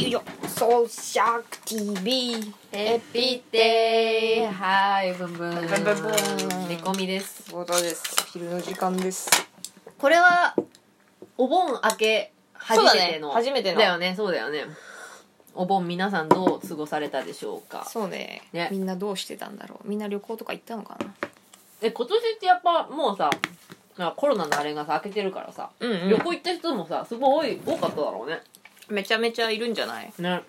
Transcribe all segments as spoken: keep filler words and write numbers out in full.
よいよソーシャーク ティーブイエピデーはいブンブンブンブンブン寝込みです。 冒頭です。お昼の時間です。 これはお盆明け初めての、 そうだね初めてのだよね。そうだよね。お盆皆さんどう過ごされたでしょうか。 そうねねみんなどうしてたんだろう。みんな旅行とか行ったのかな。 え今年ってやっぱもうさコロナのあれがさ明けてるからさ、 うんうん旅行行った人もさすごい多かっただろうね。 めちゃめちゃいるんじゃない。 ね。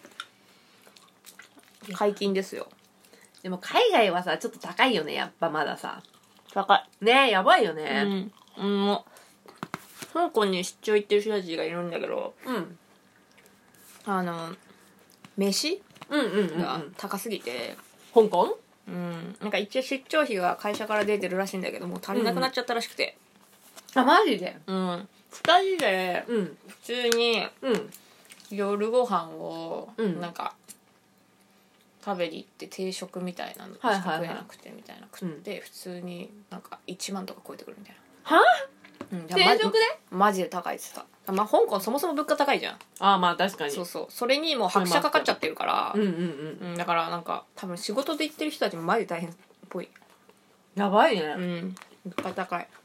解禁ですよ。 でも海外はさちょっと高いよねやっぱまださ。 高い。 ねやばいよね。 うん、うん、もう香港に出張行ってる人たちがいるんだけど、 うんあの飯うんうんうん、うん、 が高すぎて、 香港うん、なんか一応出張費が会社から出てるらしいんだけどもう足りなくなっちゃったらしくて、 あマジでうんふたりでうん普通にうん夜ご飯をうんなんか食べに行って定食みたいなのしかはいはいはい食えなくてみたいな食って普通になんかいちまんとか超えてくるみたいはな、うん、 定食でマジで高いって言ってた。まあ香港そもそも物価高いじゃん。 あまあ確かにそうそうそれにもう拍車かかっちゃってるから、 うんうんうんうん、だからなんか多分仕事で行ってる人たちもマジで大変っぽい。 やばいね。 うん物価高い。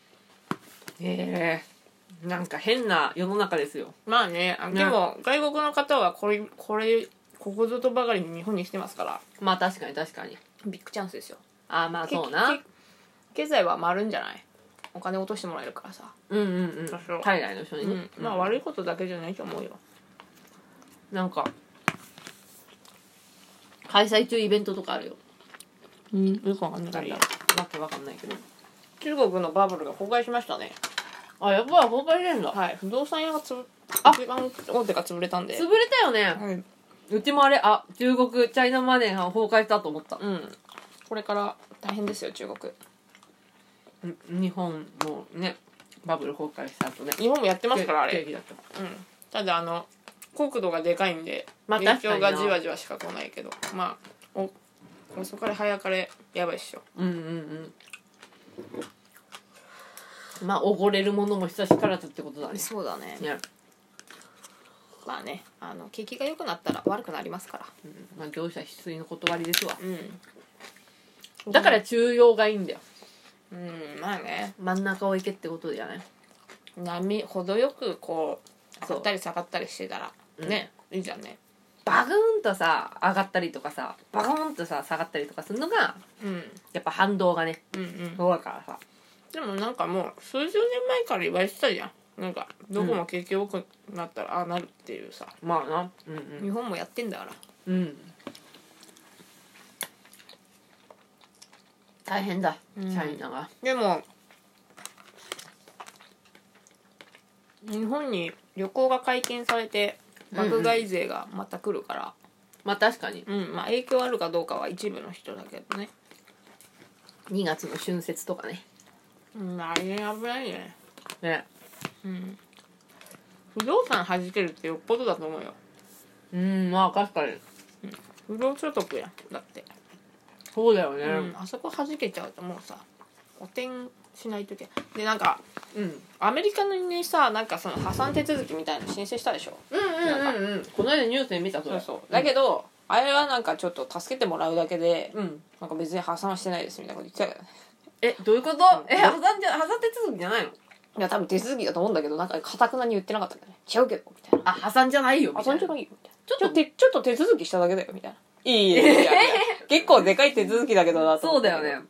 へえなんか変な世の中ですよ。 まあね、あでも外国の方はこれこれここぞとばかりに日本に来てますからまあ確かに確かに。 ビッグチャンスですよ。 あまあそうな。 け経済は回るんじゃない。お金落としてもらえるからさ。 うんうんうんそうそう海外の人にね、 うん、まあ悪いことだけじゃないと思うよ。 なんか開催中イベントとかあるよ。 うんよくわかんないけどわけわかんないけど。 中国のバブルが崩壊しましたね。 あやっぱ崩壊してんだ。 はい不動産屋がつぶあ一番大手が潰れたんで、 潰れたよね、 はい、 うちもあれあ中国チャイナマネーが崩壊したと思った。 うんこれから大変ですよ中国。 ん日本もねバブル崩壊した後ね日本もやってますからあれ。 景気だったうんただあの国土がでかいんで、 まあ影響が確かになじわじわしか来ないけどまあお遅かれ早かれやばいっしょ。 うんうんうんまあおごれるものも久しからずってことだね。 そうだね。 ね、 まあねあの景気が良くなったら悪くなりますから。 うん、まあ業者必須の断りですわ。 うんだから中庸がいいんだよ。 うんまあね真ん中を行けってことじゃない。 波程よくこうそう上がったり下がったりしてたらね、いいじゃんね。 バグーンとさ上がったりとかさバグーンとさ下がったりとかするのがうんやっぱ反動がねうんうんそうだからさ。 でもなんかもう数十年前から言われてたじゃん。なんかどこも景気良くなったらああなるっていうさ、 まあなうん日本もやってんだからうんうん大変だ、 うんチャイナが。 でも日本に旅行が解禁されて爆買い税がまた来るからまあ確かにうん、まあ影響あるかどうかは一部の人だけどね。 にがつの春節とかねうんあれ危ないね。 ねうん不動産弾けるってよっぽどだと思うよ。 うんまあ確かに不労所得やんだって、 そうだよねうん、あそこ弾けちゃうともうさ補填しないといけないでなんかうんアメリカにさなんかその破産手続きみたいなの申請したでしょ。 うんうんうんうんこの間ニュースで見たそれ。 そうそうだけど、あれはなんかちょっと助けてもらうだけで、 うんなんか別に破産はしてないですみたいなこと言ってたからね。 えどういうこと、 んえ破産じゃ破産手続きじゃないの。 いや多分手続きだと思うんだけどなんか堅くなに言ってなかったんだよね。違うけどみたいな。 あ破産じゃないよみあたいな。 そんじゃないよみたいな。 ちょっとちょっとちょっと手続きしただけだよみたいな。いいいいいいいやいや結構でかい手続きだけどなとそ思ってうだよね。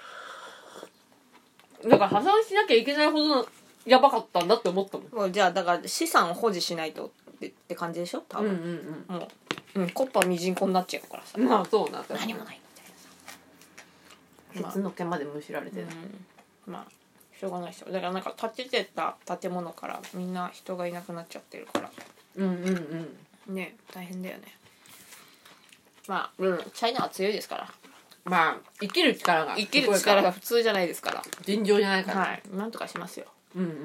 だから破産しなきゃいけないほどのやばかったんだって思ったもん。 もうじゃあだから資産を保持しないとってって感じでしょ多分、 うんうんもう、うん、コッパみじんこになっちゃうからさ、 うんまあそうな何もないみたいなさ、 鉄の毛までむしられてる、 うん、まあしょうがないでしょ。だからなんか建ててた建物からみんな人がいなくなっちゃってるからうん、うんうんね大変だよね。まあ、うん、チャイナは強いですからまあ生きる力が生きる力が普通じゃないですから尋常じゃないから、 はいなんとかしますよ。 うんうん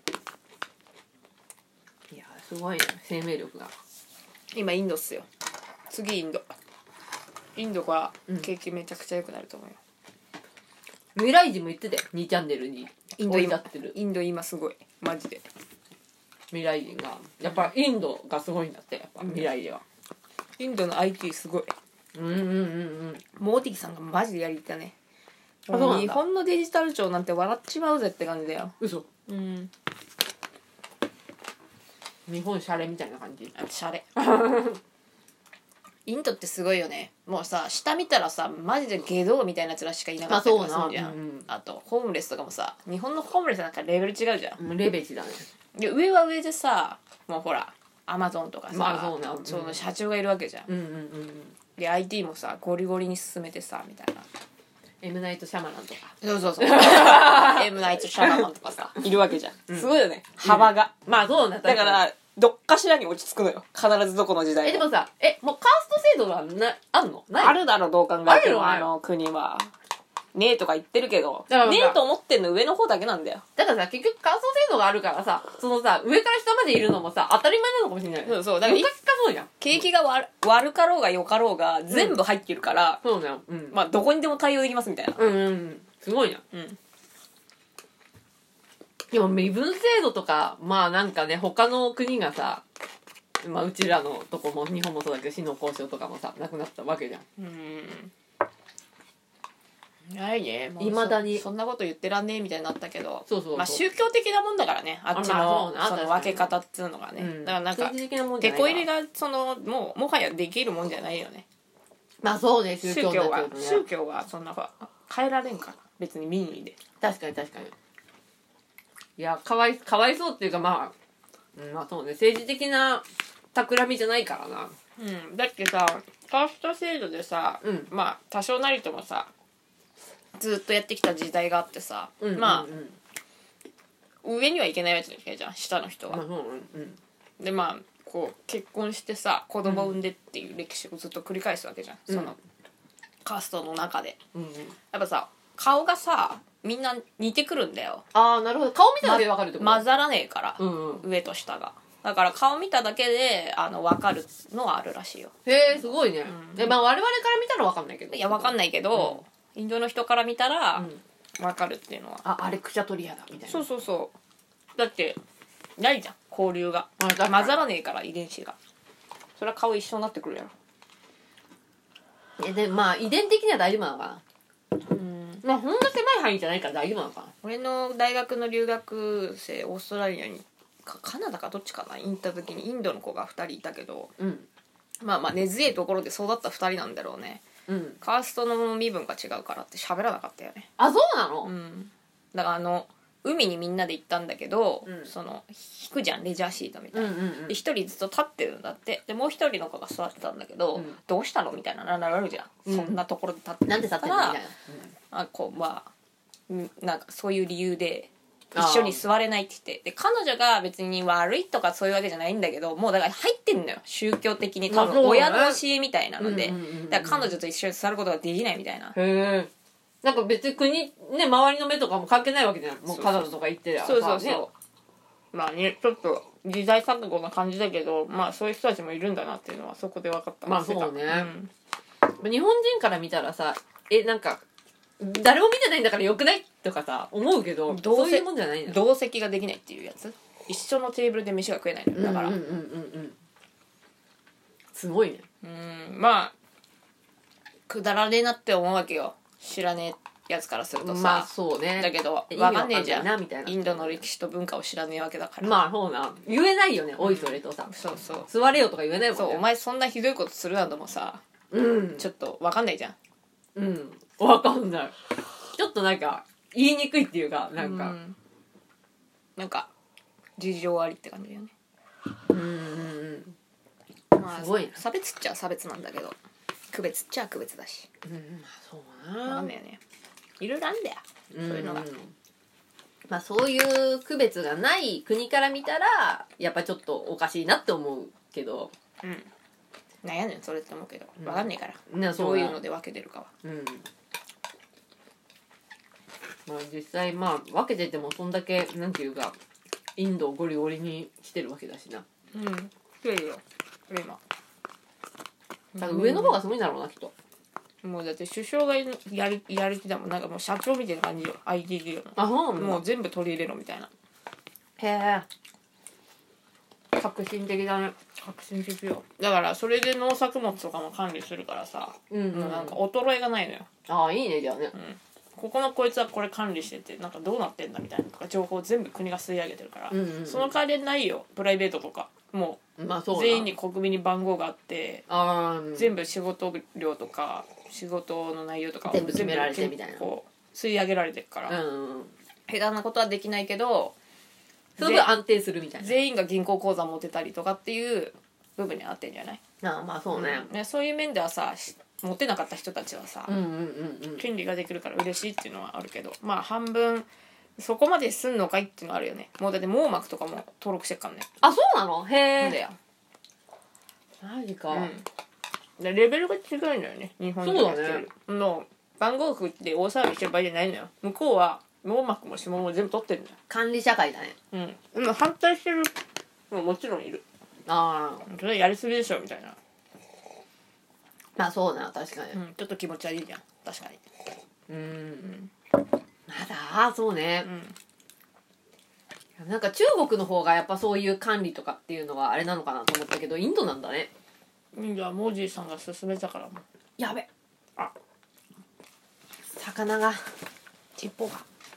いやすごいね生命力が。 今インドっすよ。次インドインドが景気めちゃくちゃ良くなると思うよ。 未来人も言っててにチャンネルにインド今置いちゃってる。 インド今すごいマジで。 未来人がやっぱインドがすごいんだって、やっぱ未来では。 インドの アイティー すごい。 うんうんうんうん。 モーティさんがマジでやりきったね。 あそうなんだ日本のデジタル庁なんて笑っちまうぜって感じだよ。 嘘。 うん日本シャレみたいな感じ。 あシャレインドってすごいよね。もうさ下見たらさマジで下道みたいなやつらしかいなかったりとかするじゃん。あ,、 うんうん、 あとホームレスとかもさ日本のホームレスなんかレベル違うじゃん。 レベチだね。 で上は上でさもうほらアマゾンとかさ、 まあそうね、 その社長がいるわけじゃん。 うんうんうんうん。 で アイティー もさゴリゴリに進めてさみたいな。 エムナイトシャマランとか。 そうそうそうエムナイトシャマランとかさいるわけじゃん、うん、すごいよね幅が、 うん、まあそうね。 だからどっかしらに落ち着くのよ必ずどこの時代も。 えでもさえもうカースト制度はなあんのないあるだろどう考えてもああの国はねえとか言ってるけどだからねえと思ってんの上の方だけなんだよ。 だからさ結局カースト制度があるからさそのさ上から下までいるのもさ当たり前なのかもしれない。 そうそうだから昔かそうじゃん。 景気が悪悪かろうが良かろうが全部入ってるから、 うん、そうだよ、うん、 まあどこにでも対応できますみたいな。 うんうんうんすごいな。 うんでも身分制度とかまあなんかね他の国がさまあうちらのとこも日本もそうだけど死の交渉とかもさなくなったわけじゃん。 うんないねいまだにそ, そんなこと言ってらんねえみたいになったけどそうそうそうまあ宗教的なもんだからねあっちあまあのそうなその分け方っていうのがね、 うん、 だからなんか政治的なもんじゃない手こ入れがそのもうもはやできるもんじゃないよね。 まあそうね宗宗教教はになっちゃうとね宗教はそんな変えられんから別に民意で。 確かに確かに。いやかわいかわいそうっていうかまあ、うん、まあそうね政治的な企みじゃないからな。 うんだってさカースト制度でさ、 うん、 まあ多少なりともさずっとやってきた時代があってさ、 うんうんうん、 まあ上にはいけないわけじゃん下の人は、 まあそううんうんでまあこう結婚してさ子供を産んでっていう歴史をずっと繰り返すわけじゃん、 うん、 そのカーストの中で、 うんうん、 やっぱさ顔がさみんな似てくるんだよ。 ああなるほど顔見ただけで分かるってこと、 ま、混ざらねえから、 うんうん、 上と下がだから顔見ただけであの分かるのはあるらしいよ。 へえすごいね、うん、でまあ我々から見たら分かんないけどいや分かんないけど、うん、インドの人から見たら分かるっていうのは、 ああれクチャトリアだみたいな。 そうそうそうだってないじゃん交流が混ざらねえから遺伝子がそれは顔一緒になってくるやろ。 えでまあ遺伝的には大丈夫なのかな。 うんまあほんな狭い範囲じゃないから大丈夫なのかな。 俺の大学の留学生オーストラリアにかカナダかどっちかな行った時にインドの子がふたりいたけど、 うん、 まあまあ根強いところで育ったふたりなんだろうね、 うん、 カーストの身分が違うからって喋らなかったよね。 あそうなの、 うん、だからあの海にみんなで行ったんだけど、 うん、 その引くじゃんレジャーシートみたいな、 うんうんうん、 で一人ずっと立ってるんだってでもう一人の子が座ってたんだけど、うん、どうしたのみたいななるじゃん、うん、そんなところで立ってなんで立ってるみたいな、 うん、あこうまあなんかそういう理由で一緒に座れないって言ってで彼女が別に悪いとかそういうわけじゃないんだけどもうだから入ってんのよ宗教的に多分親の教えみたいなので、だから彼女と一緒に座ることができないみたいな。 へえなんか別に国ね周りの目とかも関係ないわけじゃんもうカナダとか行ってりゃそうそうそう、ね、まあねちょっと時代錯誤な感じだけどまあそういう人たちもいるんだなっていうのはそこで分かった。 まあそうね、うん、日本人から見たらさえなんか誰も見てないんだからよくないとかさ思うけどそういうもんじゃないんだ。 同席ができないっていうやつ一緒のテーブルで飯が食えないのよだから、 うんうんうんうんうんすごいね。 うんまあくだらねえなって思うわけよ知らねえやつからするとさ。 まあそうねだけど分かんねえじゃんなみたいなインドの歴史と文化を知らねえわけだから。 まあそうな言えないよね、うん、おいそれとさそうそう座れよとか言えないもんね。 そうお前そんなひどいことするなどもさ、 うん、 ちょっと分かんないじゃん。 うん分かんないちょっとなんか言いにくいっていうかなんか、うん、 なんか事情ありって感じだよね。 うんうんうんまあすごい差別っちゃ差別なんだけど区別っちゃ区別だし、 うんそうな分かんないよねいろいろあんだよ、うん、そういうのが。 まあそういう区別がない国から見たらやっぱちょっとおかしいなって思うけど、 うん悩んねんそれって思うけど分かんないから、 うん、 どういうので分けてるかは。うんまあ実際まあ分けててもそんだけなんていうかインドをゴリゴリにしてるわけだしな。 うんしてるよ今。 だから上の方がすごいんだろうなきっと。 もうだって首相がやるやる気だもんなんかもう社長みたいな感じよ アイティー 企業の。 あそうもう全部取り入れろみたいな。 へえ革新的だね。 革新的よ。だからそれで農作物とかも管理するからさ、 うんうん、 もうなんか衰えがないのよ。 ああいいねじゃあね、 うん、ここのこいつはこれ管理しててなんかどうなってんだみたいなとか情報を全部国が吸い上げてるから、 うんうんうん、 その代わりないよプライベートとかもう、 まあ、そう全員に国民に番号があって、 あ、うん、 全部仕事量とか仕事の内容とか全部決められてみたいな、 こう吸い上げられてるから、 うんうん、 下手なことはできないけどその分安定するみたいな、 全員が銀行口座持てたりとかっていう部分に合ってんじゃない？ ああまあそうね、 うん、ね、そういう面ではさ持てなかった人たちはさ、 うんうんうんうん、 権利ができるから嬉しいっていうのはあるけど、まあ半分そこまですんのかいっていうのはあるよね。もうだって網膜とかも登録してっからね。 あ、そうなの？へえ。 そうだよ。 マジか、 うん、でレベルが違うんだよね日本でやってるの。番号振って大騒ぎしてる場合じゃないのよ。向こうは網膜も指紋も全部取ってるんだよ。 管理社会だね。 うん。今反対してるのももちろんいる。 ああ、 それやりすぎでしょみたいな。 まあそうな、確かに、 うん、ちょっと気持ち悪いじゃん確かに。 うん、 うん、 まだそうね、うん、なんか中国の方がやっぱそういう管理とかっていうのはあれなのかなと思ったけど、インドなんだね。 じゃあモージーさんが勧めたからもう。 やべ、 あ、 魚が尻尾が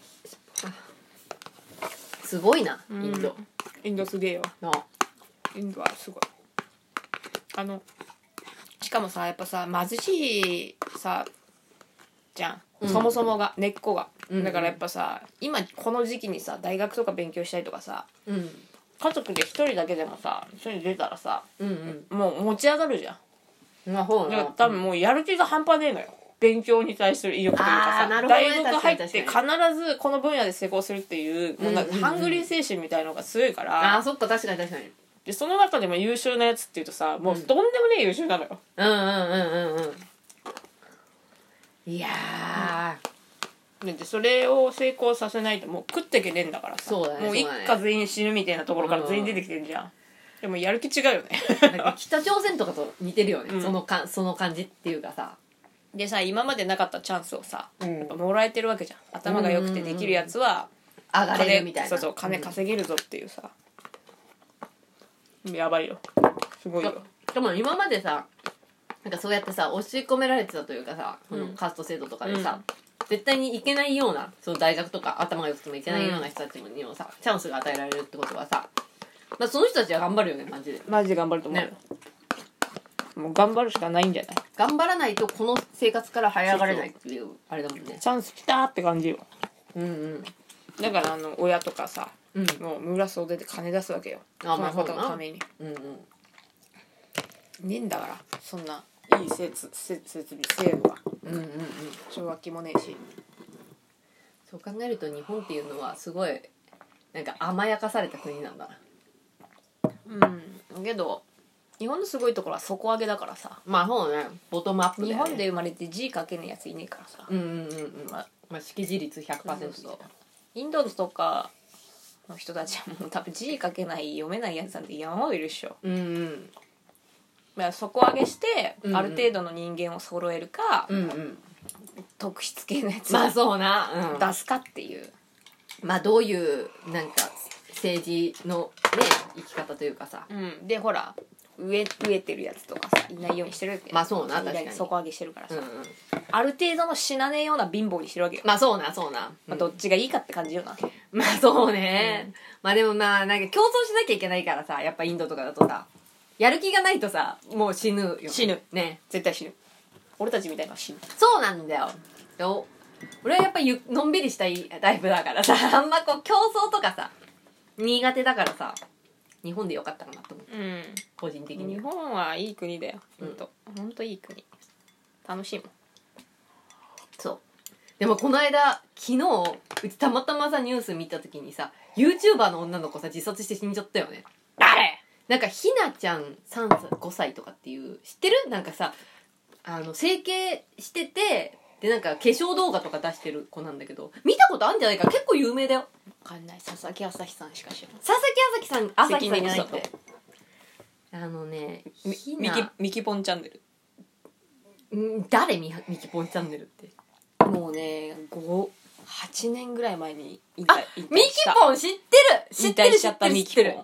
すごいな、インド、 うん、インドすげえよ。 あ、 インドはすごい。あのしかもさやっぱさ貧しいさじゃん、うん、そもそもが根っこが、うんうん、だからやっぱさ今この時期にさ大学とか勉強したりとかさ、うん、家族で一人だけでもさ一緒に出たらさ、うんうん、もう持ち上がるじゃん。まあ、ほうだから多分もうやる気が半端ねえのよ、勉強に対する意欲というかさ、ね、大学入って必ずこの分野で成功するっていう、もうなんかハングリー精神みたいのが強いから、 ああそっか、確かに確かに。 でその中でも優秀なやつっていうとさもうどんでもねえ優秀なのよ。 うんうんうんうんうん。いやー、でそれを成功させないともう食ってけねえんだからさ。 そうだね、 もう一家全員死ぬみたいなところから全員出てきてるじゃん、うん、でもやる気違うよね北朝鮮とかと似てるよね、 うん、 そのかその感じっていうかさ。 でさ今までなかったチャンスをさ、うん、やっぱもらえてるわけじゃん。頭が良くてできるやつは上がれるみたいな。 そうそう、金稼げるぞっていうさ、うん、やばいよ、すごいよ。 でも今までさなんかそうやってさ押し込められてたというかさ、うん、カースト制度とかでさ、うん、絶対に行けないような、その大学とか頭が良くても行けないような人たちにもさ、うん、チャンスが与えられるってことはさ、まあ、その人たちは頑張るよね、マジで。 マジで頑張ると思うよ、ね、もう頑張るしかないんじゃない？ 頑張らないとこの生活から這い上がれないっていうあれだもんね。 チャンス来たーって感じよ。 うんうん。 だからあの親とかさ、うん、もう村総出で金出すわけよ、 あ、まあ、 そのことのために。うんうん。ねえんだからそんないい設設備制度は。うんうんうん。奨学金もねえし。 そう考えると日本っていうのはすごいなんか甘やかされた国なんだな。 うん。けど日本のすごいところは底上げだからさ。 まあそうね、ボトムアップだよね。 日本で生まれて字書けねえやついねえからさ。 うんうんうんうん。まあ、まあ、識字率 ひゃくパーセント そうそう。 インドとかの人たちはもう多分字書けない読めないやつなんて山ほどいるっしょ。うんうん。だから底上げして、うんうん、ある程度の人間を揃えるか、うんうん、特筆系のやつを、 まあそうな、 うん、出すかっていう。 まあどういうなんか政治のね生き方というかさ、 うん、でほら飢え飢えてるやつとかさいないようにしてるわけ。 まあそうな、確かに底上げしてるからさ、うんうん、 ある程度の死なねえような貧乏にしてるわけよ。 まあそうなそうな、うん、 まあ、どっちがいいかって感じよな。 まあそうね、うん、まあでもまあなんか競争しなきゃいけないからさ、やっぱインドとかだとさやる気がないとさもう死ぬよ、ね、 死ぬね、 絶対死ぬ。俺たちみたいな死ぬ。 そうなんだよ。俺はやっぱゆのんびりしたいタイプだからさ、あんまこう競争とかさ苦手だからさ、日本でよかったかなと思う、うん、個人的に。 日本はいい国だよ、ほんと、うん、ほんといい国、楽しいもん。 そう。でもこの間昨日うちたまたまさニュース見た時にさ YouTuber の女の子さ自殺して死んじゃったよね。 誰？ なんかひなちゃんさんさいごさいとかっていう知ってる？なんかさあの整形しててでなんか化粧動画とか出してる子なんだけど、見たことあるんじゃないか、結構有名だよ。 わかんない。佐々木朝日さんしか知らない。 佐々木朝日さん、朝日さんじゃないって。あのね、 ミキミキポンチャンネル。ん誰ミミキポンチャンネルって。 もうね、ご、はちねんぐらい前に引退した。あ、ミキポン知ってる知ってる知ってる知ってる。え、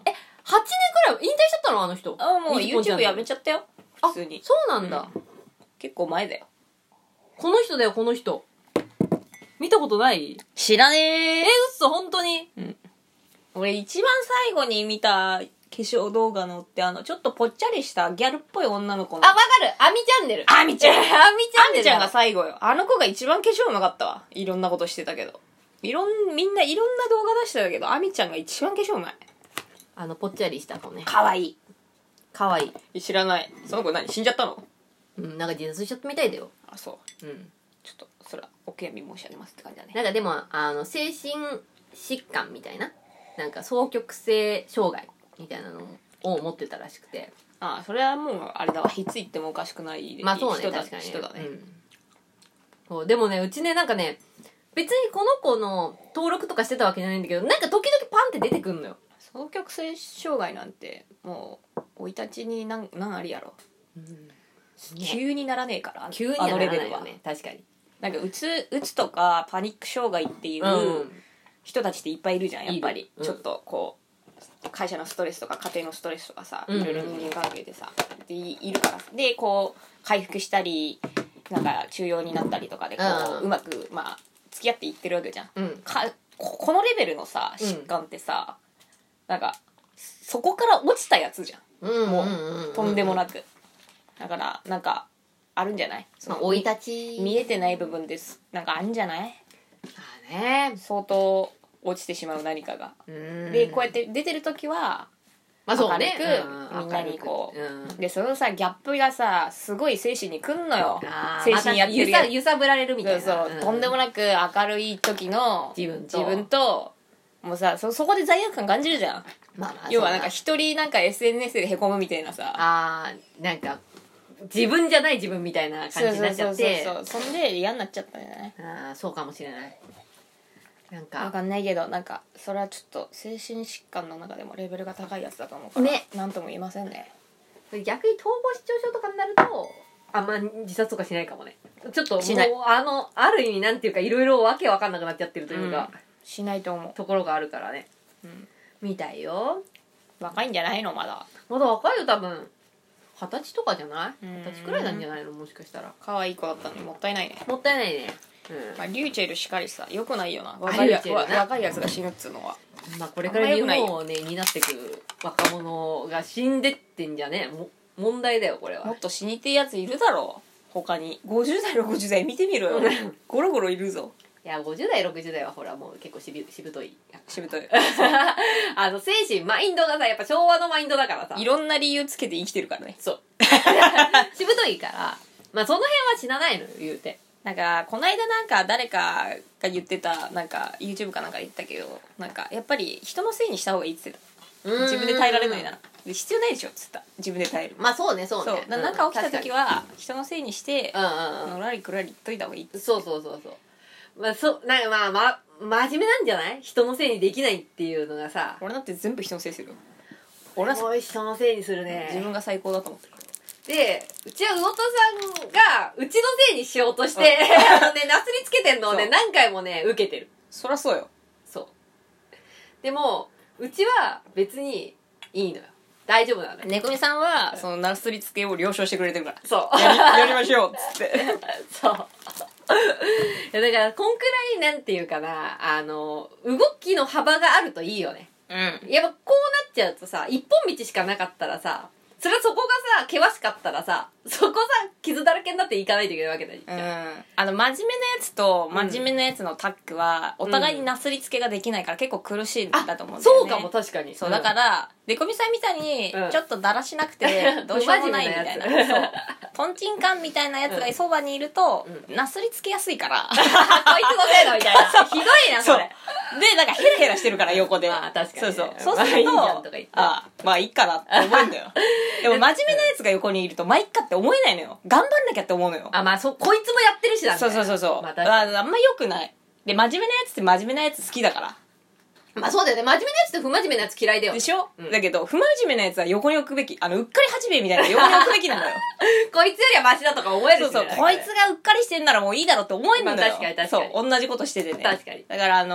はちねんくらい引退しちゃったのあの人。 あもうみずぽんちゃん YouTube やめちゃったよ普通に。 そうなんだ、 うん結構前だよ。 この人だよこの人。見たことない？ 知らねええ。 嘘本当に？ 俺一番最後に見た化粧動画のってあのちょっとぽっちゃりしたギャルっぽい女の子のあ、わかる。あみチャンネル。 あみちゃんあみチャンネル。 あみちゃんが最後よ。あの子が一番化粧うまかったわ。いろんなことしてたけど。いろん、みんないろんな動画出してたけど、あみちゃんが一番化粧うまい。 あのぽっちゃりした子ね。 かわいい。 かわいい。 知らない。その子何死んじゃったの？ うんなんか自殺しちゃったみたいだよ。 あ、そう。 うんちょっと、それはお悔やみ申し上げますって感じだね。 なんかでもあの精神疾患みたいななんか双極性障害みたいなのを持ってたらしくて。 ああ、それはもう、あれだわ。いつ行ってもおかしくないまあそうね人だ確かにね人だね。 うんそうでもねうちねなんかね別にこの子の登録とかしてたわけじゃないんだけどなんか時々パンって出てくんのよ。 双極性障害なんて、もう、生い立ちに何、何ありやろ。急にならねえから、 急にはあならないのレベルは。 よね確かに。 なんかうつうつとかパニック障害っていううん人たちっていっぱいいるじゃんやっぱりいる、うんちょっとこう会社のストレスとか家庭のストレスとかさ、 うんいろいろ人間関係でさでいいるからでこう回復したりなんか中庸になったりとかでこう、 うんうまくまあ付き合っていってるわけじゃん、 うんかここのレベルのさ疾患ってさ、なんかそこから落ちたやつじゃん、 うんもう、 うんうんとんでもなくだからなんかあるんじゃないまあ生い立ち見えてない部分ですなんかあるんじゃないまあね相当落ちてしまう何かが、 うんでこうやって出てる時はまあそうね明るくうんみんなにこう、 明るくうんでそのさギャップがさすごい精神にくんのよあー精神やってるやつまた揺さ揺さぶられるみたいなそうそう、とんでもなく明るい時の自分と自分ともうさ そ, そこで罪悪感感じるじゃん、 まあまあ要はなんかそう一人なんか エスエヌエス でへこむみたいなさあーなんか自分じゃない自分みたいな感じになっちゃってそうそうそうそうそんで嫌になっちゃったんじゃないああそうかもしれないなんわかかんないけどなんかそれはちょっと精神疾患の中でもレベルが高いやつだと思うからねなんとも言えませんね。 逆に統合失調症とかになるとあんま自殺とかしないかもねちょっともうしないあのある意味なんていうかいろいろわけわかんなくなっちゃってるというか、 うんしないと思う、 ところがあるからねうん、 みたいよ。 若いんじゃないのまだまだ若いよ多分二十歳とかじゃないうん二十歳くらいなんじゃないのもしかしたら可愛い子だったのにもったいないね。 もったいないねうんまあ、リューチェルしかりさよくないよな若いやリューチェルなわ若いやつが死ぬっつうのは。 まあこれから日本をね担ってく若者が死んでってんじゃねも問題だよこれはもっと死にてえやついるだろう他に。ごじゅう代ろくじゅう代見てみろよゴロゴロいるぞ。 いやごじゅう代ろくじゅう代はほらもう結構しびしぶといしぶといあの精神マインドがさやっぱ昭和のマインドだからさいろんな理由つけて生きてるからね。 そうしぶといからまあその辺は死なないのよ言うてなんかこの間なんか誰かが言ってたなんか YouTube かなんかで言ったけどなんかやっぱり人のせいにした方がいいって言ってた。自分で耐えられないならで必要ないでしょっつった。自分で耐える。 まあそうねそうねそうななんか起きた時は人のせいにしてうんうんうんのらりくらり言っといた方がいいって。 そうそうそうそうまあそなんかまあま真面目なんじゃない人のせいにできないっていうのがさ俺だって全部人のせいするよ。俺はすごい人のせいにするね自分が最高だと思ってる。 でうちは魚戸さんがうちのせいにしようとしてあのねなすりつけてんのをねそう何回もね受けてるそりゃそうよ。 そうでもうちは別にいいのよ大丈夫なのよ猫みさんはそのなすりつけを了承してくれてるからそうやりやりましょうっつってそういやだからこんくらいなんていうかなあの動きの幅があるといいよねうんやっぱこうなっちゃうとさ一本道しかなかったらさそれはそこがさ険しかったらさそこさ傷だらけになっていかないといけないわけだじゃん、 うんあの真面目なやつと真面目なやつのタッグはお互いになすりつけができないから結構苦しいんだと思うんだよね。 そうかも確かにそうだからデコミさんみたいにうんちょっとだらしなくてどうしようもないみたいな、 不真面目なそうトンチンカンみたいなやつがそばにいると、なすりつけやすいからこいつのせいだみたいなひどいなそそうれでなんかヘラヘラしてるから横で、 まあ確かにねそうそうそうすると、 まあいいじゃんとか言ってああまあいいかなって思うんだよでも真面目なやつが横にいるとまあいっかって思えないのよ。頑張んなきゃって思うのよ。 あまあそこいつもやってるしだみたそいうなそうそうそう、 まああ確かにあんま良くない。で真面目なやつって真面目なやつ好きだからまあそうだよね真面目なやつって不真面目なやつ嫌いだよでしょ、 うんだけど不真面目なやつは横に置くべき。あのうっかり八兵衛みたいな横に置くべきなんだよこいつよりはマシだとか思えるしねそうそうこいつがうっかりしてんならもういいだろって思えるんだよ、 まあ確かに確かにそう同じことしててね。 確かにだからあの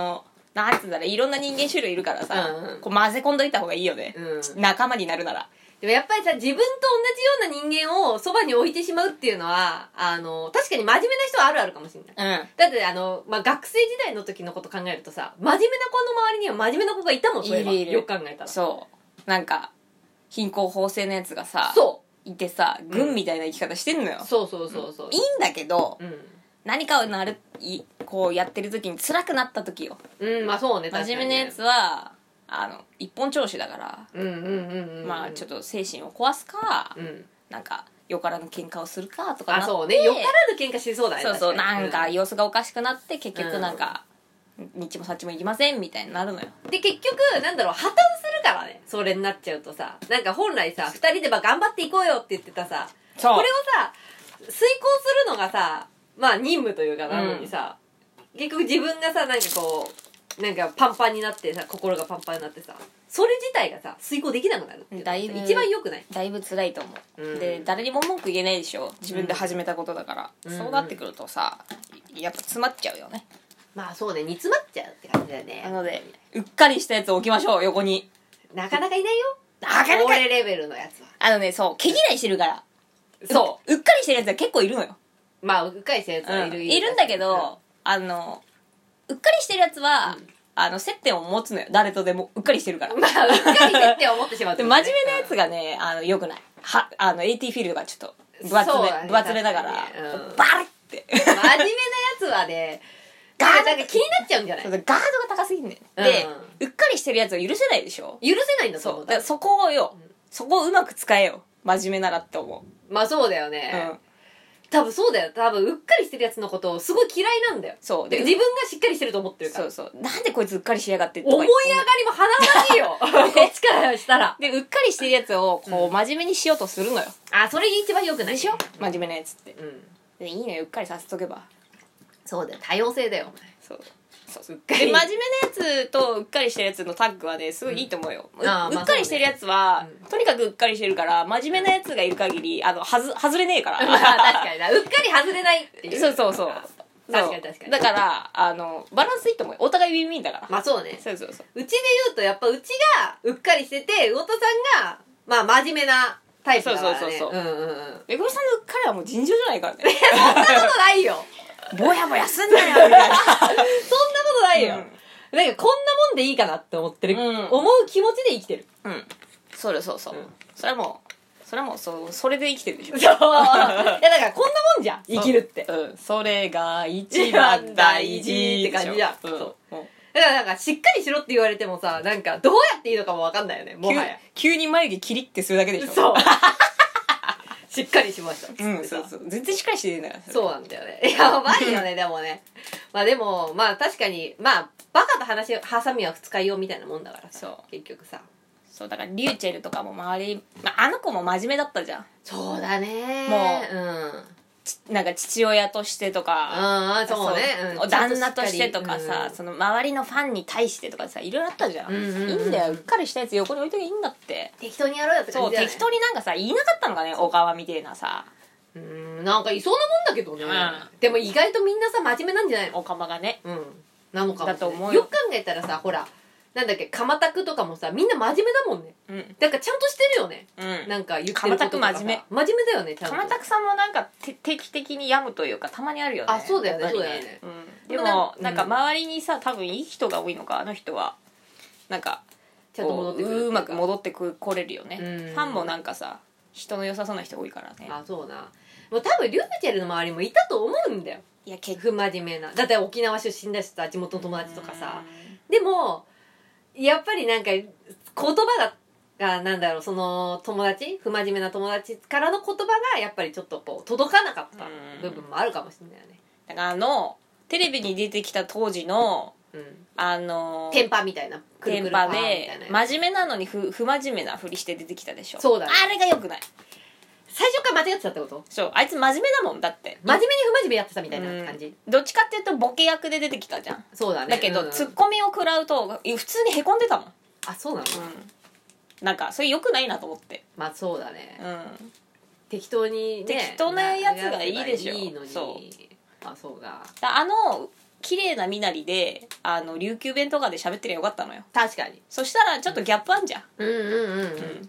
なんつうんだろう、いろんな人間種類いるからさ、 うんうんこう混ぜ込んどいた方がいいよね、 うん仲間になるなら。 でもやっぱりさ、自分と同じような人間をそばに置いてしまうっていうのは、あの、確かに真面目な人はあるあるかもしれない。 うん。 だってあの、まあ、学生時代の時のこと考えるとさ、真面目な子の周りには真面目な子がいたもん、そういえば。 いるいるよく考えたら。 そうなんか貧困法制のやつがさそいてさ、軍みたいな生き方してんのよ、 う。そうそうそうそう。 いいんだけど、 うん。 何かをなるいこうやってる時に辛くなった時よ、 うん、まあそうね、 真面目なやつはあの一本調子だから、 うんうんうんうん。 まあちょっと精神を壊すか、 うん。 なんかよからぬ喧嘩をするかとかなって、 あ、そうね。よからぬ喧嘩してそうだね。 そうそう、 確になんか様子がおかしくなって結局うんなんか、日もさっちも行きませんみたいになるのよ。 で、結局、なんだろう、破綻するからね。それになっちゃうとさ。なんか本来さ、二人でば頑張っていこうよって言ってたさ、 そうこれをさ、遂行するのがさ、まあ任務というかなのにさ、結局自分がさ、なんかこう、なんかパンパンになってさ、心がパンパンになってさ、それ自体がさ、遂行できなくなるっていうのがだいぶ一番良くない。 だいぶ辛いと思う、 うんで誰にも文句言えないでしょ、自分で始めたことだから、 うんそうなってくるとさやっぱ詰まっちゃうよね。 まあそうね、煮詰まっちゃうって感じだよね。 なのでうっかりしたやつを置きましょう、横に。 なかなかいないよ。 なかなか俺レベルのやつは。 あのね、そう毛嫌いしてるからそううっかりしてるやつは結構いるのよ、 う。まあ、うっかりしたやつはいる、 うんいるんだけど、あのうっかりしてるやつは、 うんあの接点を持つのよ、誰とでもうっかりしてるから。 まあ、うっかり接点を持ってしまうってでことね。 真面目なやつがね、あのよくないはあの エーティー フィールドがちょっと分厚め、 そうだね分厚めだから、 確かにねうんバリって真面目なやつはね、 ガードなんか気になっちゃうんじゃないそうガードが高すぎんねん、でうっかりしてるやつを許せないでしょ。 許せないんだと思う。 そうだからそこをよ、そこをうまく使えよ、真面目ならって思う。 まあそうだようね。 ん多分そうだよ。多分うっかりしてるやつのことをすごい嫌いなんだよ。 そうでで自分がしっかりしてると思ってるから。 そうそう、なんでこいつうっかりしやがってとか思い上がりも華々しいよ。こっちからしたら。 でうっかりしてるやつをこう真面目にしようとするのよ、 あ、それ一番良くない。 でしょ、真面目なやつって。 うん。 でいいのよ、うっかりさせとけば。 そうだよ。多様性だよ、お前。 そうそううっかりで真面目なやつとうっかりしてるやつのタッグはねすごいいいと思うよ、うんあーまあうっかりしてるやつは、 そうねとにかくうっかりしてるから真面目なやつがいる限りあのはず外れねえからまあ確かにな。うっかり外れないっていう。 そうそうそう確かに確かに。 だからあのバランスいいと思うよ、お互いウィンウィンだから、 まあそうね。 そうそうそううちで言うとやっぱうちがうっかりしてて、魚田さんがまあ真面目なタイプだからね。 そうそうそうそううんうんうん。 めぐみさんのうっかりはもう尋常じゃないからねそんなことないよ。 ぼやぼやすんなよみたいなそんなことないよ。 うんなんかこんなもんでいいかなって思ってる、 うん思う気持ちで生きてる。 うんそれそうそう、 うんそれはもうそれはもうそうそれで生きてるでしょそう。いやだからこんなもんじゃん、生きるって。だうんそれが一番大事って感じじゃんうんそううんからなんかしっかりしろって言われてもさ、なんかどうやっていいのかもわかんないよね、もはや。 急急に眉毛キリってするだけでしょそう。しっかりしましたっつってさ。 うんそうそう全然しっかりしてるんだかられそうなんだよね。やばいよね、でもね。まあでも、まあ確かに、まあ、バカと話、ハサミは二日用みたいなもんだからさ。 そう結局さ。 そうだからリューチェルとかも周り、まあ、あの子も真面目だったじゃんそうだね。 もう、うん。 ちなんか父親としてとかああ、そうね。 そううん旦那としてとかさ、 うんその周りのファンに対してとかさいろいろあったじゃん、 うんうんうんいいんだようっかりしたやつ横に置いときゃいいんだって適当にやろうよって感そうじだよね。 適当になんかさ言いなかったのかね小川みてえなさうーん、なんかいそうなもんだけどね。 うんでも意外とみんなさ、真面目なんじゃないの？ おかまがねうん。なのかもしれない。 だと思うよよく考えたらさ、ほら、なんだっけ、鎌田区とかもさ、みんな真面目だもんね。 うんだからちゃんとしてるよね。 うんなんか言ってることとかさ。 鎌田区真面目真面目だよね、ちゃんと。 鎌田さんもなんかて定期的に病むというかたまにあるよねあそうだよねやっぱりそうだよねうん、 でもなでもんなんか周りにさ多分いい人が多いのかあの人はなんかちゃんと戻ってくるっていうかうまく戻ってく来れるよね、 うんファンもなんかさ人の良さそうな人多いからねあ、そうな。もう多分、リューチェルの周りもいたと思うんだよ。 いや結不真面目な。だって沖縄出身だしさ、地元の友達とかさ。でも、やっぱりなんか、言葉が、がなんだろう、その友達不真面目な友達からの言葉がやっぱりちょっとこう届かなかった部分もあるかもしれないよね。 だからあのテレビに出てきた当時のうん。 あのテンパみたいな。くるテンパくるパーみたでいなやつ真面目なのに不不真面目なふりして出てきたでしょそうだねあれがよくない最初から間違ってたってこと？ そうあいつ真面目だもんだって真面目に不真面目やってたみたいな感じ。 うんどっちかっていうとボケ役で出てきたじゃんそうだね。 だけど、 うんツッコミを食らうと普通にへこんでたもん、 あ、そうなの、 うん、なんかそれ良くないなと思って、 まあそうだね。 うん、 適当にね。 適当なやつがいいでしょいいのに。 そあ、そうだ。 だあの綺麗な身なりであの琉球弁とかで喋ってりゃよかったのよ。 確かに。 そしたらちょっとギャップあんじゃん。 うんうんうんうん、 うん、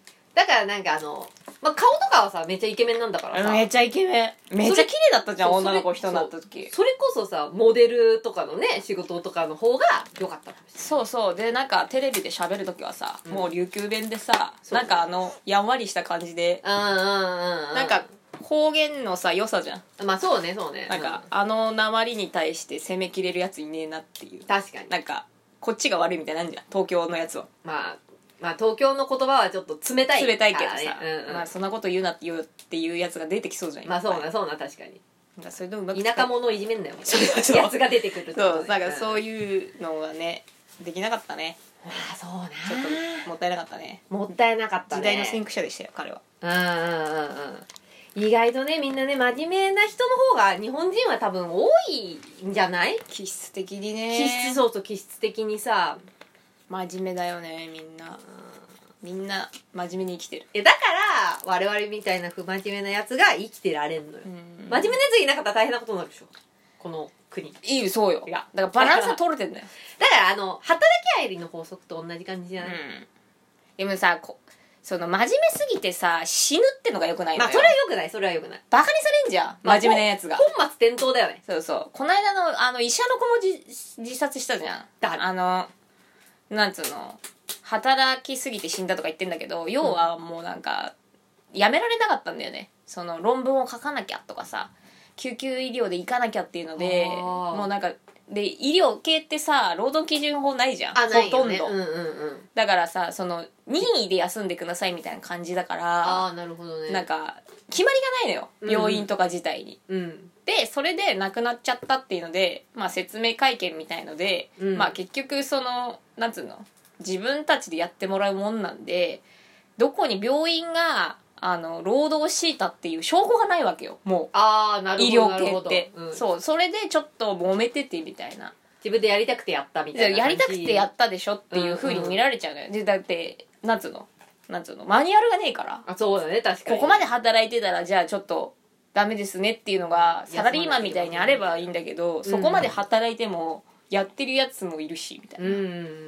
だからなんかあの、まあ、顔とかはさめっちゃイケメンなんだからさ、 めっちゃイケメン、めっちゃ綺麗だったじゃん女の子人になった時。 それこそさモデルとかのね仕事とかの方が良かったかもしれない。 そうそう。でなんかテレビで喋る時はさ、うん、もう琉球弁でさ、なんかあのやんわりした感じで、 うんうんうんうん、 なんか方言のさ良さじゃん。 まあそうねそうね、 なんか、うん、あの訛りに対して攻めきれるやついねえなっていう。 確かに。 なんかこっちが悪いみたいなんじゃん東京のやつは。 まあまあ東京の言葉はちょっと冷たい冷たいけどさ、 うんうん、 まあそんなこと言うなって言うっていうやつが出てきそうじゃん。 まあそうなそうな確かに。 なんかそれでもうまく田舎者をいじめんなよみたいなやつが出てくるって、ね、 そうなんかそういうのがねできなかったね。 ああそうなちょっともったいなかったね。 もったいなかったね。 時代の先駆者でしたよ彼は。 うんうんうんうん。意外とねみんなね真面目な人の方が日本人は多分多いんじゃない？ 気質的にね。 気質そうそう気質的にさ真面目だよねみんな。みんな真面目に生きてる。 えだから我々みたいな不真面目なやつが生きてられんのよ。真面目なやついなかったら大変なことになるでしょこの国。 いいそうよ。いやだからバランスは取れてんだよ。 だからあの働きアリの法則と同じ感じじゃない？うん、 でもさこその真面目すぎてさ死ぬってのがよくないのよ。 まあそれはよくないそれはよくない。 バカにされんじゃん、まあ、真面目なやつが。 本末転倒だよね。 そうそう。この間のあの医者の子もじ自殺したじゃん。あのなんつうの働きすぎて死んだとか言ってんだけど、要はもうなんかやめられなかったんだよね。その論文を書かなきゃとかさ救急医療で行かなきゃっていうので、もうなんかで医療系ってさ労働基準法ないじゃん。 あないよね、 ほとんど、 うんうんうん、だからさその任意で休んでくださいみたいな感じだから、 あなるほどね、 なんか決まりがないのよ病院とか自体に、 うんうん、 でそれで亡くなっちゃったっていうので、まあ、説明会見みたいので、うん、まあ結局そのなんつうの自分たちでやってもらうもんなんでどこに病院があの労働強いたっていう証拠がないわけよもう。 あなるほど医療系って、 うん、そうそれでちょっと揉めててみたいな。 自分でやりたくてやったみたいなやりたくてやったでしょっていう風に見られちゃうのよ、うんうん、でだってなんつうのなんつうのマニュアルがねえから。 あそうだね確かに。 ここまで働いてたらじゃあちょっとダメですねっていうのがサラリーマンみたいにあればいいんだけど、そこまで働いてもやってるやつもいるしみたいな、うん、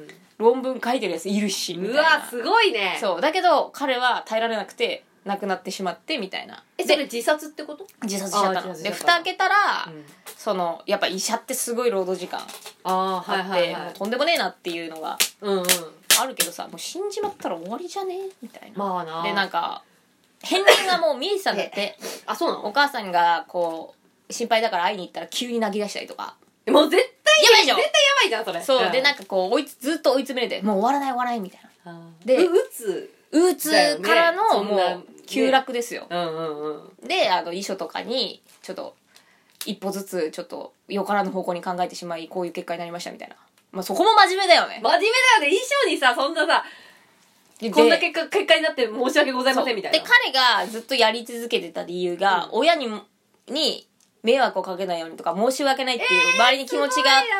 論文書いてるやついるしみたいな。 うわすごいね。 そうだけど彼は耐えられなくて亡くなってしまってみたいな。 えそれ自殺ってこと？ 自殺しちゃったので蓋開けたら、うん、そのやっぱ医者ってすごい労働時間あって、はいはいはい、もうとんでもねえなっていうのがあるけどさ、もう死んじまったら終わりじゃねみたいな、まあな。でなんか片鱗がもう見えてたんだってあそうなの？ お母さんがこう心配だから会いに行ったら急に泣き出したりとか。 もう絶対やばいじゃん。 絶対やばいじゃんそれ。 そう、うん、でなんかこう追いつずっと追い詰めてもう終わらない終わらないみたいな。 でうつうつからのもう急落ですよ、 ね、うんうんうん、 であの遺書とかにちょっと一歩ずつちょっとよからぬ方向に考えてしまいこういう結果になりましたみたいな。まあそこも真面目だよね。 真面目だよね。遺書にさそんなさこんな結果結果になって申し訳ございませんみたいな。 で彼がずっとやり続けてた理由が、うん、親にに迷惑をかけないようにとか申し訳ないっていう周りに気持ちがあって、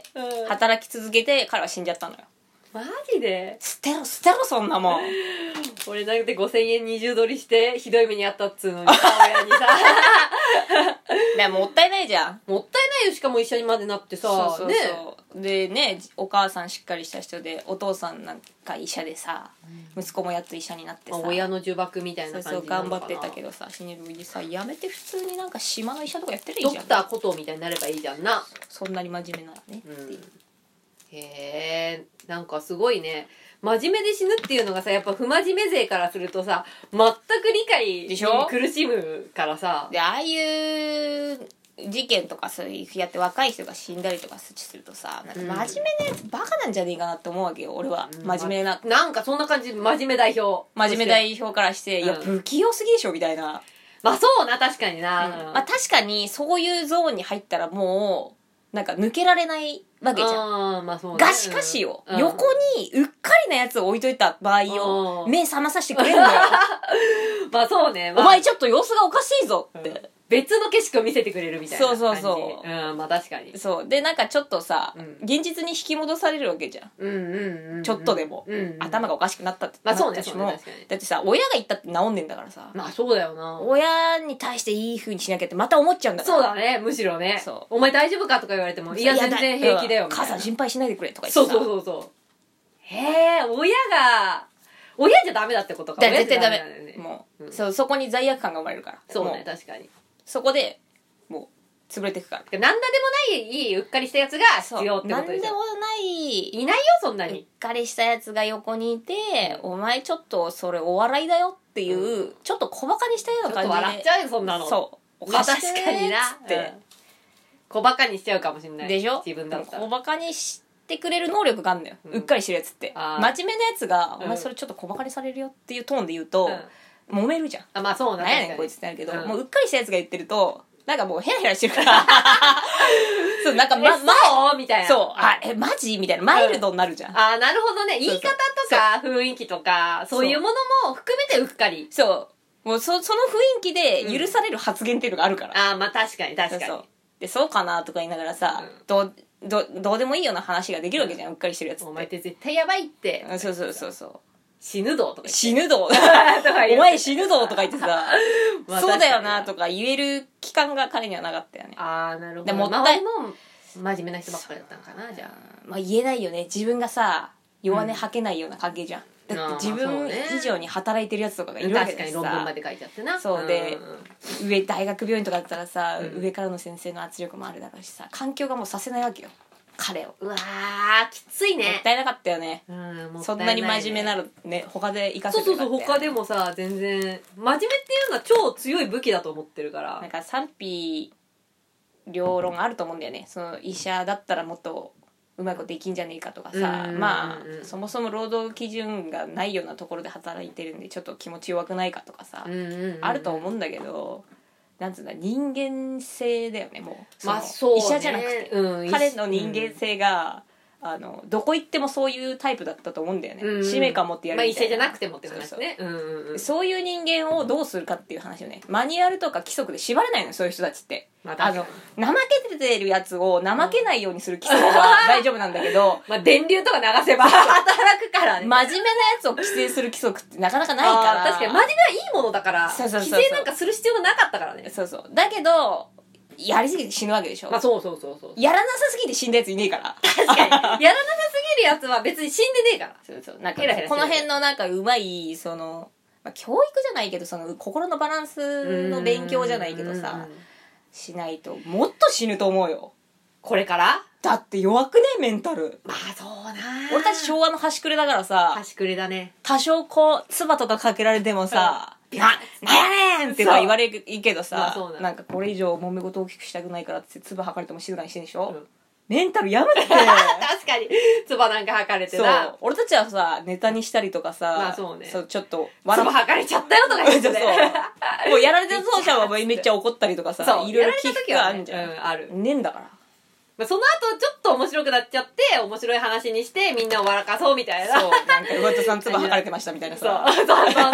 えーうん、働き続けて彼は死んじゃったのよ。 マジで？ 捨てろ捨てろそんなもん。 俺なんてごせんえん二重取りしてひどい目にあったっつうのにさ親にさでももったいないじゃん。 もったいないよ。しかも医者にまでなってさ。そうそうそう、ね、でねお母さんしっかりした人でお父さんなんか医者でさ、うん、息子もやっと医者になってさ親の呪縛みたいな感じなのかな。 そうそう頑張ってたけどさ死ねるでさやめて普通になんか島の医者とかやってるいいじゃん。 ドクターコトーみたいになればいいじゃんな。 そんなに真面目ならね、うん、っていう。 へえなんかすごいね。真面目で死ぬっていうのがさやっぱ不真面目勢からするとさ全く理解に苦しむからさ。 でああいう事件とかそういうやって若い人が死んだりとかするとさなんか真面目なやつバカなんじゃねえかなって思うわけよ俺は、うん、真面目な、 ま、なんかそんな感じ。真面目代表真面目代表からして、うん、いや不器用すぎでしょみたいな。 まあそうな確かにな、 うんまあ、確かにそういうゾーンに入ったらもうなんか抜けられないわけじゃん。 あ、まあそうね、 がしかしよ、うん、横にうっかりなやつを置いといた場合を目覚まさせてくれるのよ。 まあそうね、 まあ、お前ちょっと様子がおかしいぞって、 うん、 別の景色を見せてくれるみたいな感じ。 そうそうそう、 うん、まあ確かに。 そうでなんかちょっとさ、 うん、 現実に引き戻されるわけじゃん、 うんうんうんうん、 ちょっとでも、 うんうん、 頭がおかしくなったってまあそうね、 なったしも、 そうね、確かに。 だってさ親が言ったって治んねんだからさ、 まあそうだよな。 親に対していい風にしなきゃってまた思っちゃうんだから。 そうだね、むしろね。 そうお前大丈夫かとか言われても、いや全然平気だよみたいな。 母さん心配しないでくれとか言ってさ、 そうそうそうそう。へえ、親が親じゃダメだってことか。 だ絶対ダメ親じゃなんだよね、 もう、 うん、 そうそこに罪悪感が生まれるから。 そうね、確かに。 そこでもう潰れていくから。 なんだでもないいいうっかりしたやつが必要ってことでしょ。 なんでもないいないよそんなに。 うっかりしたやつが横にいて、うん、お前ちょっとそれお笑いだよっていう、うん、ちょっと小バカにしたような感じで、 ちょっと笑っちゃうよそんなの。そうおかしくねーっつって、まあ、確かにな、うん、小バカにしちゃうかもしれないでしょ。 自分だったら小バカにしてくれる能力があるんだよ、うん、うっかりしてるやつって。真面目なやつが、うん、お前それちょっと小バカにされるよっていうトーンで言うと、うん、揉めるじゃん。 あ、まあそうなんだ。何やねんこいつってなるけど、 うん、 もううっかりしたやつが言ってるとなんかもうヘラヘラしてるからそうなんかま、ま、 そうみたいな。 そう、あ、え、マジみたいな、マイルドになるじゃん。 うん、あ、なるほどね。言い方とか雰囲気とか、そういうものも含めてうっかり。 そう。もうそ、その雰囲気で許される発言っていうのがあるから。 うん、あ、まあ確かに確かに。そうそう。 で、そうかなとか言いながらさ、うん、どう、ど、どうでもいいような話ができるわけじゃん、うん、うっかりしてるやつって。 お前って絶対やばいって。 そうそうそうそう。 死ぬどうとか言って。 死ぬどうお前死ぬどうとか言ってさ、まあ、そうだよなとか言える期間が彼にはなかったよね。 ああ、なるほど。 でも周りも真面目な人ばっかりだったのかな、じゃあ。 まあ言えないよね。自分がさ、弱音吐けないような関係じゃん。うん、だって自分以上に働いてるやつとかがいるわけでさ。 確かに論文まで書いちゃってな。 そうで、 うん、 上、大学病院とかだったらさ、 うん、 上からの先生の圧力もあるだろうしさ、環境がもうさせないわけよ。彼を。 うわーきついね。 もったいなかったよね。 うん、もそんなに真面目なのね、他で活かせてるから、ね、そうそうそう、他でもさ全然真面目っていうのは超強い武器だと思ってるから。 なんか賛否両論あると思うんだよね。その医者だったらもっとうまいことできんじゃねえかとかさ、まあそもそも労働基準がないようなところで働いてるんでちょっと気持ち弱くないかとかさ、 うんうんうんうん、 あると思うんだけど、なんつうんだ、人間性だよね。もうまあそうね、 医者じゃなくて、うん、彼の人間性が、うん、あのどこ行ってもそういうタイプだったと思うんだよね、うんうん、使命感持ってやるみたいな、 まあ、医者じゃなくてもってことですね。そうそう、うんうんうん、 そういう人間をどうするかっていう話よね。マニュアルとか規則で縛れないの、そういう人たちって。 まあ、 あの怠けてるやつを怠けないようにする規則は大丈夫なんだけどまあ電流とか流せば働くからね。 真面目なやつを規制する規則ってなかなかないから。 確かに真面目はいいものだから、そうそうそうそう、規制なんかする必要がなかったからね。 そうそう。だけどやりすぎて死ぬわけでしょ。 まあそうそうそうそう。 やらなさすぎて死んだやついねえから。 確かに。やらなさすぎるやつは別に死んでねえから。 そうそう。なんかこの辺のなんかうまいその、まあ、教育じゃないけどその心のバランスの勉強じゃないけどさ、しないともっと死ぬと思うよ。 これから？ だって弱くねメンタル。 まあそうな。 俺たち昭和の端くれだからさ。 端くれだね。 多少こう唾とかかけられてもさ。な、なんやねんって言われるけどさ、まあ、な, なんかこれ以上揉め事大きくしたくないからって唾吐かれても静かにしてんでしょ、うん、メンタルやむって確かに唾なんか吐かれてな。 そう俺たちはさネタにしたりとかさ、 まあそうね、 そうちょっと唾吐かれちゃったよとか言ってねそうもうやられてる奏者はめっちゃ怒ったりとかさいろいろ聞くがあるんじゃん、 ね、うん、あるねえんだから。 その後ちょっと面白くなっちゃって面白い話にしてみんなを笑かそうみたいな。 そうなんか上戸さん唾吐かれてましたみたいなさそうそうそうそう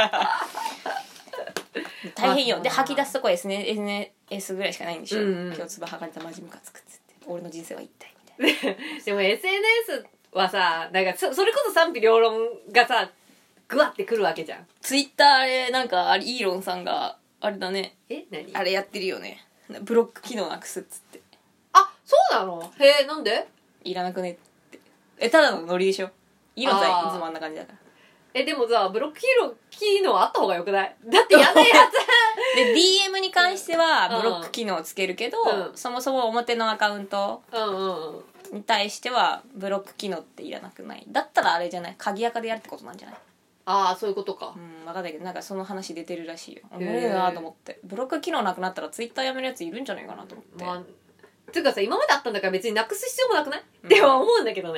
大変よ。で吐き出すとこ エスエヌエス ぐらいしかないんでしょ、うんうん、今日唾吐かれたマジムカつくっつって俺の人生は一体みたいなでも エスエヌエス はさなんか そ, それこそ賛否両論がさグワってくるわけじゃん。 ツイッターあれなんかイーロンさんがあれだね、 え何あれやってるよね、ブロック機能なくすっつって。 あそうなの。へえなんでいらなくねってえただのノリでしょ。イーロンさんいつもあんな感じだから。 えでもさブロック機能あった方がよくない？だってやんないやつで ディーエム に関してはブロック機能をつけるけど、うん、そもそも表のアカウントに対してはブロック機能っていらなくない？だったらあれじゃない鍵垢でやるってことなんじゃない？ ああそういうことか。 うん分かんないけどなんかその話出てるらしいよ。無理だなと思ってブロック機能なくなったらツイッターやめるやついるんじゃないかなと思って、まあ、 ていうかさ今まであったんだから別になくす必要もなくない、うん、っては思うんだけどね。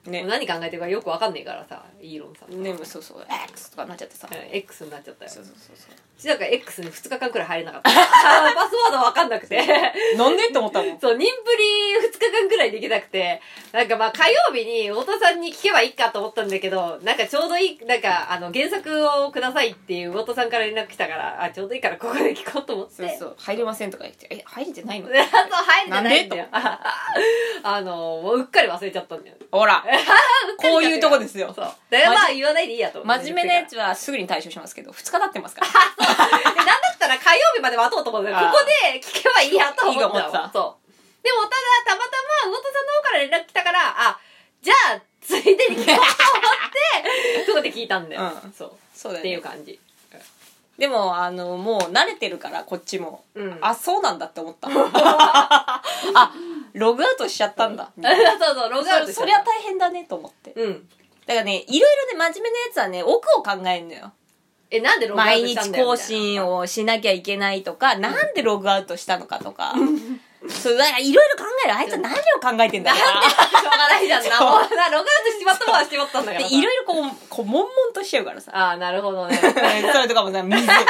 ね何考えてるかよくわかんねえからさ、イーロンさんねそうそう X とかなっちゃってさ、 うん X になっちゃったよ。 そうそうそうそうちなんか X にふつかかんくらい入れなかったパスワードわかんなくてなんでって思ったもん。 そう、妊婦りふつかかんくらいできなくて、なんかまあ火曜日に太田さんに聞けばいいかと思ったんだけど、なんかちょうどいい、なんかあの原作をくださいっていう太田さんから連絡来たから、あ、ちょうどいいからここで聞こうと思って。 そうそう入れませんとか言って、え入れてないの？ そう、入ってないんだよ。 なあの、もううっかり忘れちゃったんだよ。 ほらこういうとこですよ。 そう。で、まあ言わないでいいやと思って。 真面目なやつはすぐに対処しますけど、ふつか経ってますから。 でなんだったら火曜日まで待とうと思って、ここで聞けばいいやと思ったいいと思ってた。 そう。でもただ、たまたま魚田さんの方から連絡来たから、あ、じゃあ、ついでに聞こうと思って、そこで聞いたんだよ。 うんそう。 そうだよねっていう感じ。 でもあのもう慣れてるからこっちも、 うんあそうなんだって思ったあログアウトしちゃったんだみたいなそうそう、ログアウトしちゃったそそりゃ大変だねと思ってうん。 だからねいろいろね真面目なやつはね奥を考えるのよ。 え、なんでログアウ毎トしたんだよ日更新をしなきゃいけないとか、なんでログアウトしたのかとかそうだからいろいろ考える。あいつは何を考えてんだろうなしょうがないじゃんな。もうな、ログアウトしまったもんはしまったんだからさ。 でいろいろこうこう悶々としちゃうからさああ、なるほどね。 それとかもさ水みたいな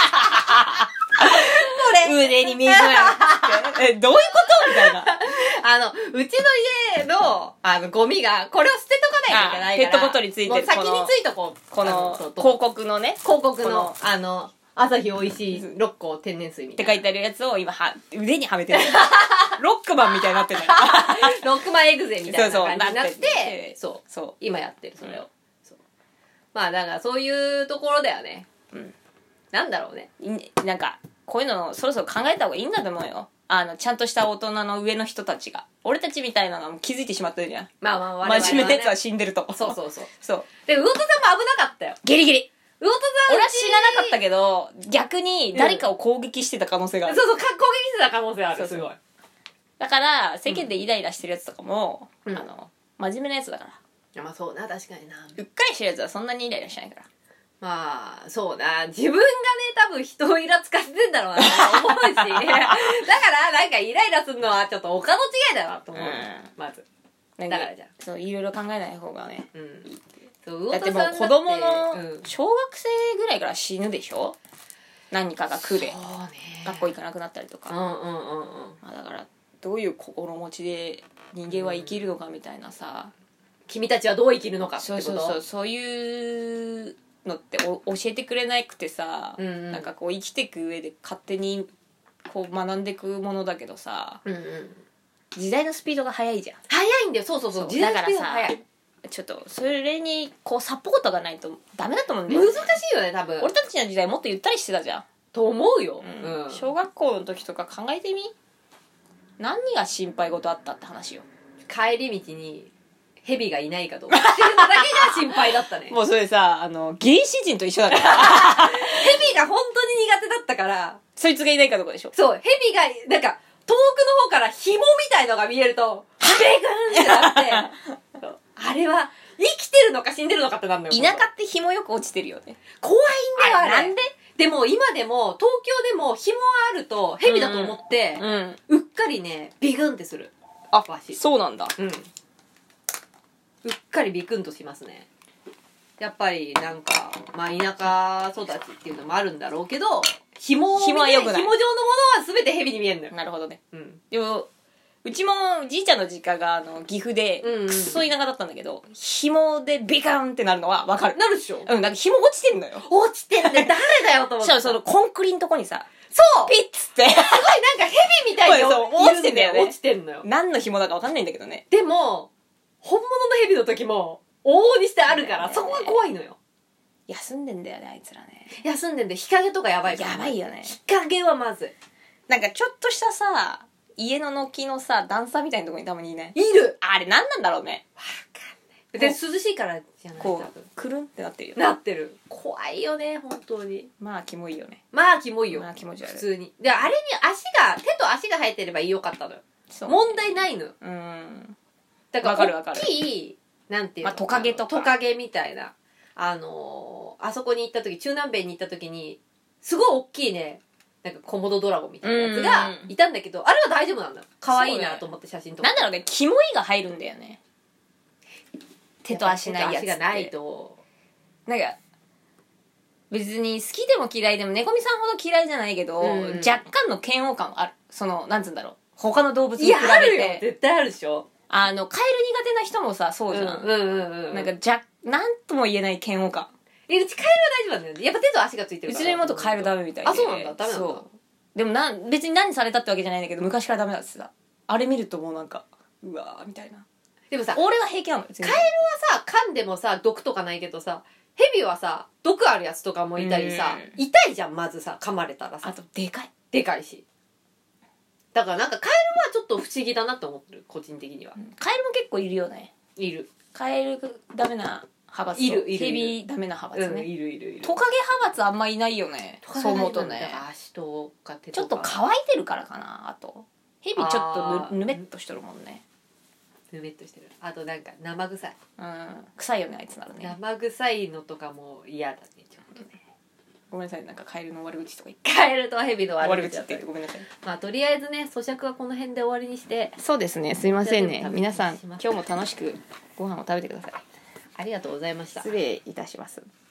腕に水がえどういうことみたいなあの、うちの家の、あの、ゴミが、これを捨てとかないといけないから。 あペットボトルについてるもう先についとこう。 このあそう広告のね広告このの、あの、朝日おいしい六甲天然水みたいな。 って書いてあるやつを今は腕にはめてるロックマンみたいになってるロックマンエグゼみたいな感じになって、 そうそうなってそう。 そう今やってる、それを。 うんそうまあ、だからそういうところだよね。 うんなんだろうね。 いなんかこういうのそろそろ考えた方がいいんだと思うよ。あのちゃんとした大人の上の人たちが俺たちみたいなのは気づいてしまってるじゃん。 まあまあ、我々はね真面目なやつは死んでると。 そうそうそう。 そうで、魚田さんも危なかったよ。 ギリギリ魚田さん俺は死ななかったけど逆に誰かを攻撃してた可能性がある、 そうそう、か攻撃してた可能性ある。 そうそうすごい。 だから世間でイライラしてるやつとかも、 うんあの真面目なやつだからいやまあそうな、確かにな。 うっかりしてるやつはそんなにイライラしないから。 まあ、そうな。自分がね、多分人をイラつかせてんだろうなと思うし。だから、なんかイライラするのはちょっと他の違いだなと思う。 うんまず。 なんだからじゃあそういろいろ考えない方がね。 うん。そうだってもう子供の小学生ぐらいから死ぬでしょ。何かが苦でそうね。 学校行かなくなったりとか、 うんうんうんうん。 まあ、だからどういう心持ちで人間は生きるのかみたいなさ、 君たちはどう生きるのかってこと。 そうそうそうそういうのってお教えてくれなくてさ、 うんうんなんかこう生きていく上で勝手にこう学んでいくものだけどさ、 うんうん。 時代のスピードが速いじゃん。 早いんだよ。そうそうそう。 そう時代のスピードだからさが早い。 ちょっとそれにこうサポートがないとダメだと思うんだよ、 難しいよね、多分。 俺たちの時代もっとゆったりしてたじゃん、 と思うよ。 うんうん。 小学校の時とか考えてみ、何が心配事あったって話よ。 帰り道に蛇がいないかどうかっていうのだけが心配だったね。 もうそれさあの原始人と一緒だから蛇が本当に苦手だったから、 そいつがいないかどうかでしょ。 そう、蛇が、なんか、遠くの方から紐みたいのが見えると、ベグンってなって、そうあれは、生きてるのか死んでるのかってなんだよ。 田舎って紐よく落ちてるよね。 怖いんだよ、あれ。 なんででも今でも、東京でも紐あると蛇だと思って、 うんうっかりね、ビグンってする。 あわし。 そうなんだ。 うん。うっかりビクンとしますね。やっぱりなんか、まあ田舎育ちっていうのもあるんだろうけど、紐を見て紐は良くない紐状のものは全て蛇に見えるのよ。 なるほどね。 うん。 でもうちもじいちゃんの実家があの岐阜でうんうんくっそ田舎だったんだけど、紐でビカンってなるのは分かる。 なるでしょ、 うん、なんか紐落ちてんのよ。 落ちてんね、誰だよと思って。 しかもそのコンクリのとこにさそうピッつってすごいなんか蛇みたいにそう落ちてんだよね落ちてんのよ。 何の紐だか分かんないんだけどね。 でも、本物の蛇の時も、往々にしてあるから、 ねそこが怖いのよ。 休んでんだよねあいつらね。 休んでんで、日陰とかやばいから。 やばいよね。 日陰はまず。 なんかちょっとしたさ家の軒のさ段差みたいなとこにたまにいない。 いるあれ何なんだろうね。 わかんない。で、涼しいからじゃないこ多分うくるんってなってるよ。 なってる。怖いよね、本当に。 まあキモいよね。 まあ、キモいよ。 まあ気持ち悪い。 普通に。で、あれに足が、手と足が生えてればよかったのよ。 そう問題ないのよ。 うんだから、 わかるわかる大きい、なんていうの、 まあトカゲとかトカゲみたいな。あのー、あそこに行った時、中南米に行った時に、すごい大きいね、なんかコモドドラゴンみたいなやつがいたんだけど、あれは大丈夫なんだよ。可愛いなと思って写真撮って。 なんだろうね、キモいが入るんだよね。 手と足ないやつって手と足がないとなんか別に好きでも嫌いでも猫みさんほど嫌いじゃないけど、 うん若干の嫌悪感はある。そのなんつうんだろう、他の動物にい比べやあるよて絶対あるでしょ。 あのカエル苦手な人もさそうじゃん、 うんうんうんうんなんかじゃなんとも言えない嫌悪感。 えうちカエルは大丈夫なんだよね。やっぱ手と足がついてるから。 うちの妹カエルダメみたいで。 あそうなんだダメなんだ。 そうでもな別に何されたってわけじゃないんだけど昔からダメだってさ、あれ見るともうなんかうわーみたいな。 でもさ俺は平気なの。カエルカエルはさ噛んでもさ毒とかないけどさ、ヘビはさ毒あるやつとかもいたりさ、 うん痛いじゃんまずさ噛まれたらさあとでかい。 でかいし。だからなんかカエルはちょっと不思議だなって思ってる個人的には。 カエルも結構いるよね。 いる。 カエルダメな派閥といるいるヘビダメな派閥うんね、 いるいるいる。 トカゲ派閥あんまいないよね。そう思うとね足とか手ちょとかっと乾いてるからかな。あとヘビちょっあーとぬぬめっとしてるもんね。 ぬめっとしてる。あとなんか生臭いうん臭いよねあいつならね。 生臭いのとかも嫌だねちょっとね。 ごめんなさいなんかカエルの悪口とか言ってカエルとヘビの悪悪口っ口だってたごめんなさい。 まあとりあえずね咀嚼はこの辺で終わりにして、 そうですねすいませんねじゃあ皆さん食べてみます今日も楽しくご飯を食べてください。 ありがとうございました。 失礼いたします。